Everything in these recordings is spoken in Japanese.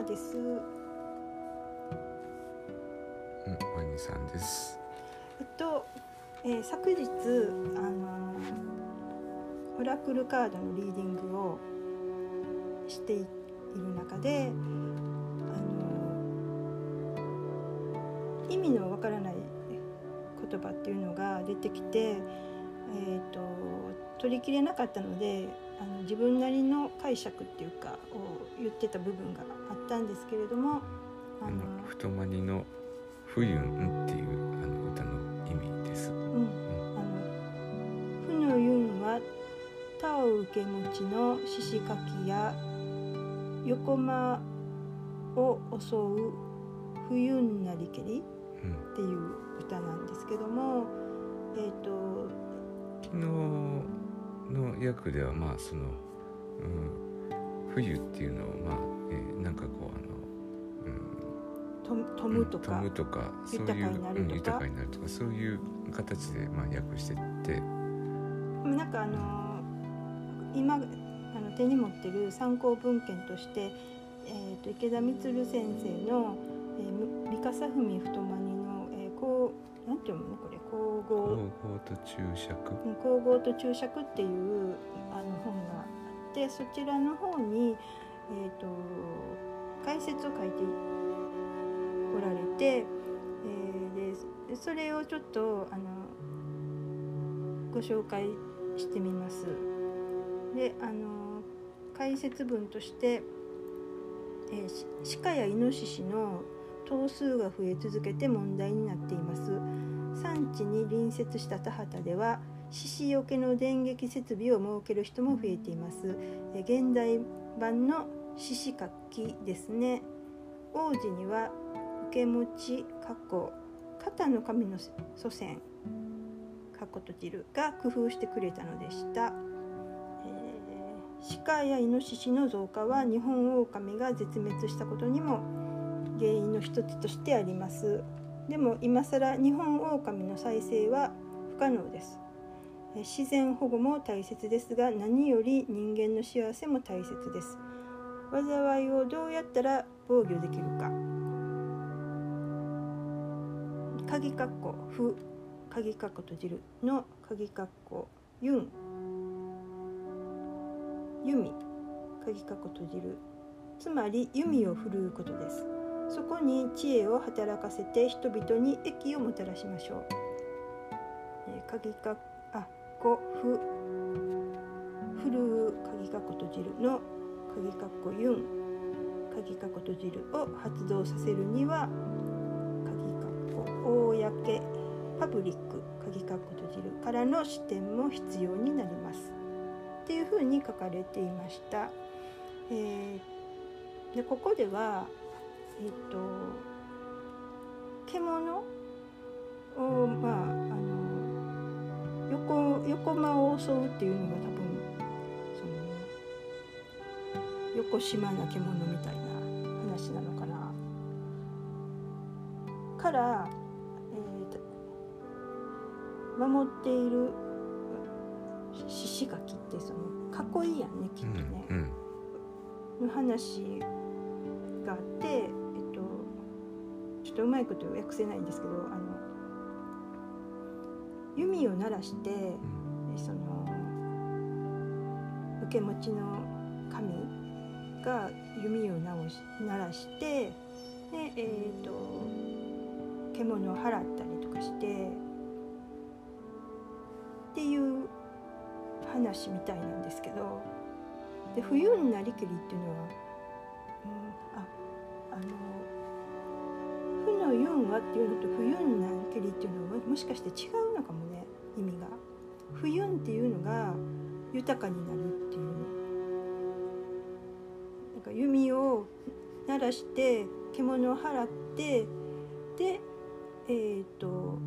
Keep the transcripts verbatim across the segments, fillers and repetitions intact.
です。 うん、ワニさんです。 えっと、えー、昨日、あのー、オラクルカードのリーディングをしている中で、あのー、意味のわからない言葉っていうのが出てきて、えーと、取りきれなかったので、あの自分なりの解釈っていうかを言ってた部分があったんですけれども、 あの太まりの不運っていうあの歌の意味です。うん、 あの不の運は他を受け持ちの獅子かきや横間を襲う不運なりけりっていう歌なんですけども、うん、えっと昨日の訳ではまあその、うん、冬っていうのをまあ、えー、なんかこうあの飛ぶとか、 飛ぶとか豊かになるとか、 うん、豊かになるとかそういう形でまあ訳してってなんかあの今あの手に持ってる参考文献として、えー、と池田満先生の、えー、三笠文太まにの、えー、こうなんていうのこれ光合光合と注釈光合と注釈っていうあの本があって、そちらの方に、えー、と解説を書いておられて、えー、でそれをちょっとあのご紹介してみます。で、あの解説文として、えー、鹿やイノシシの頭数が増え続けて問題になっています。山地に隣接した田畑では獅子よけの電撃設備を設ける人も増えています。えー、現代版の獅子活気ですね。王子には受け持ち過去肩の神の祖先過去とじるが工夫してくれたのでした。えー、鹿やイノシシの増加は日本オオカミが絶滅したことにも原因の一つとしてあります。でも今更日本オオカミの再生は不可能です。自然保護も大切ですが、何より人間の幸せも大切です。災いをどうやったら防御できるか。鍵括弧不鍵括弧閉じるの鍵括弧ユン弓鍵括弧閉じる、つまり弓を振るうことです。そこに知恵を働かせて人々に益をもたらしましょう。えー、鍵括弧不振るう鍵括弧閉じるの鍵括弧ユン鍵括弧閉じるを発動させるには鍵括弧公パブリック鍵括弧閉じるからの視点も必要になりますっていうふうに書かれていました。えー、でここでは、えー、と獣を、まあ、あの 横, 横間を襲うっていうのが多分その横島な獣みたいな話なのかなから、えー、守っている獅子垣ってその囲いやんねきっとね、うんうん、の話があって、えっと、ちょっとうまいこと訳せないんですけど、あの弓を鳴らして、うん、その受け持ちの神が弓を鳴らしてで、えー、と獣を払ったりとかしてっていう話みたいなんですけど、で不運なりけりっていうのは、うん、ああの不の運はっていうのと不運なけりっていうのはもしかして違うのかもね、意味が。不運っていうのが豊かになるっていう、なんか弓を鳴らして獣を払ってでえーと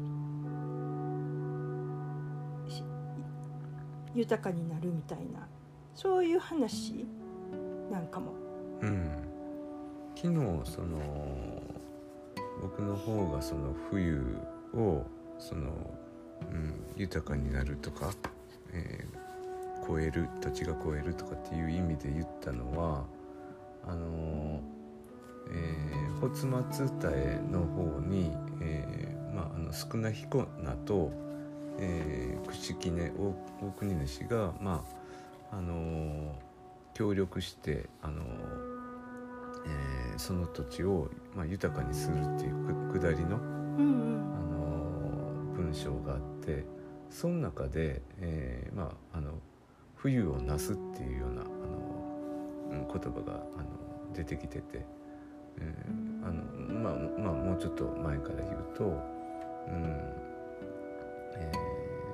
豊かになるみたいな、そういう話なんかも。 うん。昨日その僕の方がその冬をその、うん、豊かになるとか、えー、超える土地が超えるとかっていう意味で言ったのは、あのえー、発松田への方に、えーまあ、あの少な彦名と、えー、櫛杵大国主が、まああのー、協力して、あのーえー、その土地を、まあ、豊かにするっていうくだりの、うんうん、あのー、文章があって、その中で、えーまあ、あの冬をなすっていうような、あの、うん、言葉が、あの出てきてて、えーあのまあまあ、もうちょっと前から言うと、うんえー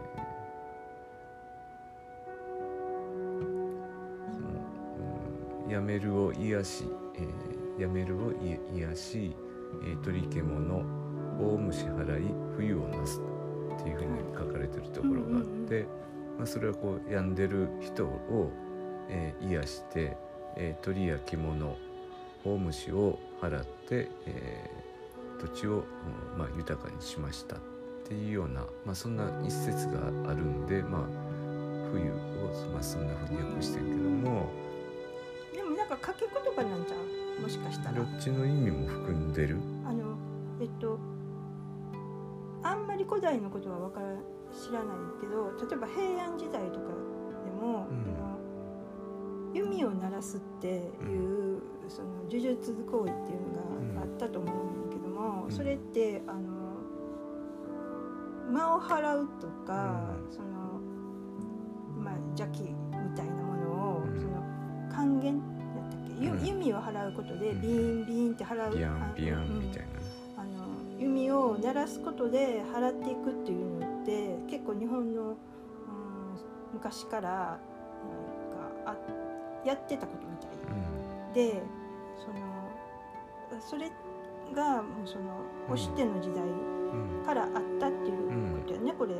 そのうん、やめるを癒し、えー、やめるを癒し、えー、取り獣大虫払い冬をなすっていうふうに書かれてるところがあって、まあ、それはこう病んでる人を、えー、癒して、えー、鳥や獣大虫を払って、えー、土地を、うんまあ、豊かにしましたっていうような、まあ、そんな一節があるんで、まあ、冬を、まあ、そんなふうに訳してるけども、 でもなんか掛け言葉なんじゃん、もしかしたらどっちの意味も含んでる。 あのえっとあんまり古代のことは分から知らないけど、例えば平安時代とかでも、うん、あの弓を鳴らすっていう、うん、その呪術行為っていうのがあったと思うんだけども、うん、それってあの魔を払うとか、うん、そのまあ邪気みたいなものを、うん、その還元だったっけ、うん、弓を払うことでビーンビーンって払う、 ビヤンビヤンみたいな、 あの弓を鳴らすことで払っていくっていうのって結構日本の、うん、昔からなんかあやってたことみたい、うん、でそのそれがもうその押しての時代からあったっていうことやね、うん、これ、うん、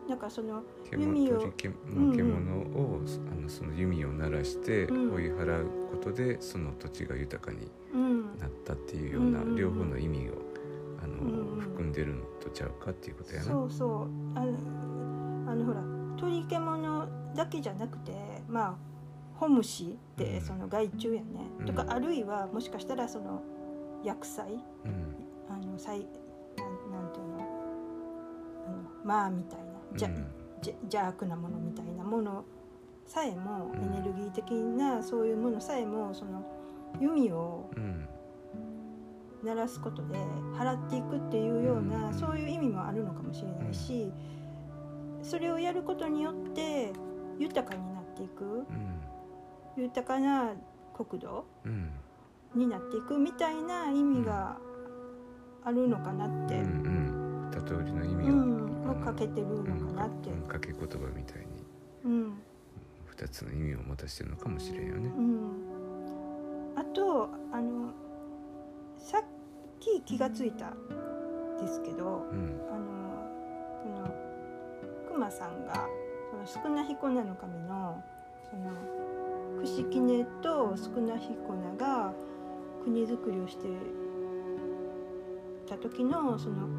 なんかその弓を獣を、うん、あのその弓を鳴らして追い払うことでその土地が豊かになったっていうような両方の意味をあの、うん、含んでるのとちゃうかっていうことやな。 そうそう、あの、あのほら鳥獣だけじゃなくて、まあホムシってその害虫やね、うん、とかあるいはもしかしたらその薬剤、うん、あのさい な, なんていうのあのまあみたいな、じゃ、うん、じゃ邪悪なものみたいなものさえも、うん、エネルギー的なそういうものさえもその弓を鳴らすことで払っていくっていうような、うん、そういう意味もあるのかもしれないし、うん、それをやることによって豊かになっていく、うん、豊かな国土になっていくみたいな意味があるのかなって、うんうん、 多通りの意味を、 うん、をかけてるのかなって、 うん、かけ言葉みたいに、うん、ふたつの意味を持たしてるのかもしれんよね、 うん、あとあのさっき気がついたんですけど、うん、あのその熊さんがその少な彦名の神のその櫛杵と少な彦名が国づくりをしてた時のその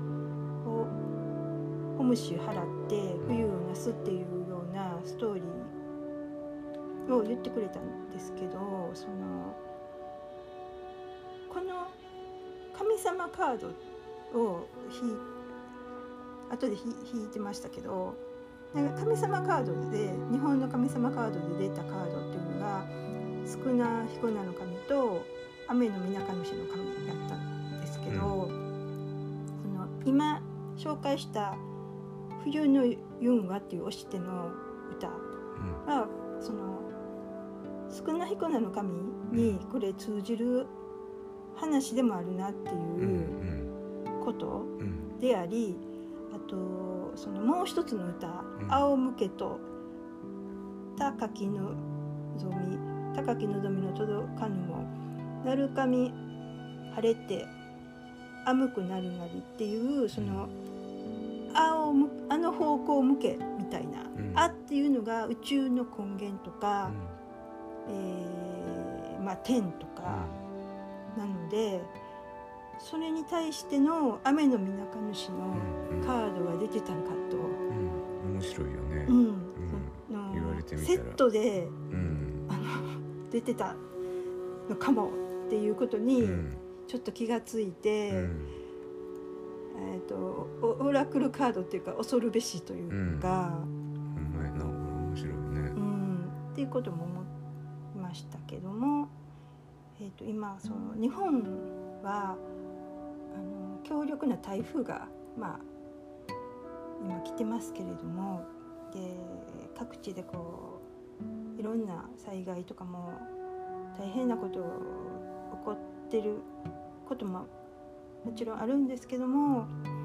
ホムシ払って冬をなすっていうようなストーリーを言ってくれたんですけど、そのこの神様カードを引い後で引いてましたけど、なんか神様カードで日本の神様カードで出たカードっていうのが少な彦名の神と雨の水上主の神やったんですけど、うん、その今紹介した冬のユンワっていうおしての歌は、うん、その少な彦名の神にこれ通じる話でもあるなっていうことであり、あとそのもう一つの歌、うん、青向けと高きのぞみ高きのぞみの届かぬもなるかみ晴れて甘くなるなりっていうその青むあの方向向けみたいな、うん、あっていうのが宇宙の根源とか、うんえーまあ、天とか、うん、なのでそれに対しての雨の水上主のカードが出てたのかと、 うんうん、面白いよね、 うんうん、 言われてみたらセットで、うん、あの出てたのかもっっていうことにちょっと気がついて、 うんえー、とオラクルカードっていうか恐るべしというか、 うん、うまいな、面白いね、 うん、っていうことも思いましたけども、えー、と今その日本はあの強力な台風が、まあ、今来てますけれども、で各地でこういろんな災害とかも大変なこと起こってることももちろんあるんですけども、あの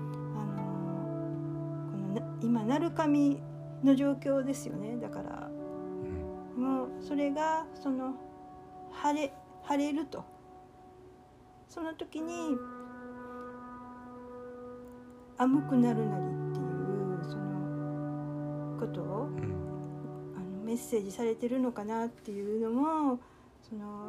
このな今鳴神の状況ですよね。だからもうそれがその晴れ晴れると、その時に甘くなるなりっていうそのことを、 うん、 あのメッセージされてるのかなっていうのも、その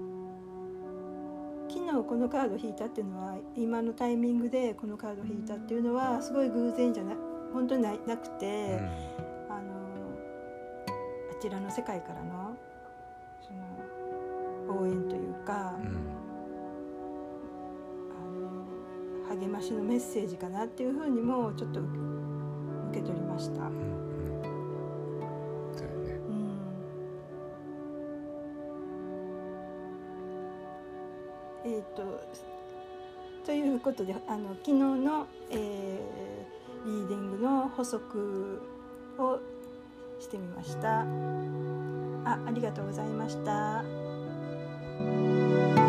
昨日このカード引いたっていうのは、今のタイミングでこのカード引いたっていうのはすごい偶然じゃな本当に な, なくて、うん、あのあちらの世界からのその応援というか、うん、あの励ましのメッセージかなっていうふうにもちょっと受け取りました。うんえー、とということで、あの昨日の、えー、リーディングの補足をしてみました。あ、ありがとうございました。